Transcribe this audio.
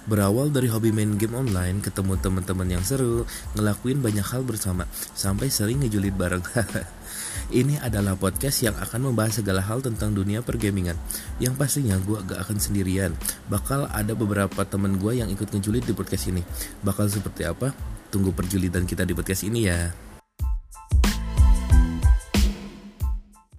Berawal dari hobi main game online, ketemu teman-teman yang seru, ngelakuin banyak hal bersama, sampai sering ngejulit bareng. Ini adalah podcast yang akan membahas segala hal tentang dunia pergamingan. Yang pastinya gue gak akan sendirian. Bakal ada beberapa temen gue yang ikut ngejulit di podcast ini. Bakal seperti apa? Tunggu perjulitan kita di podcast ini ya.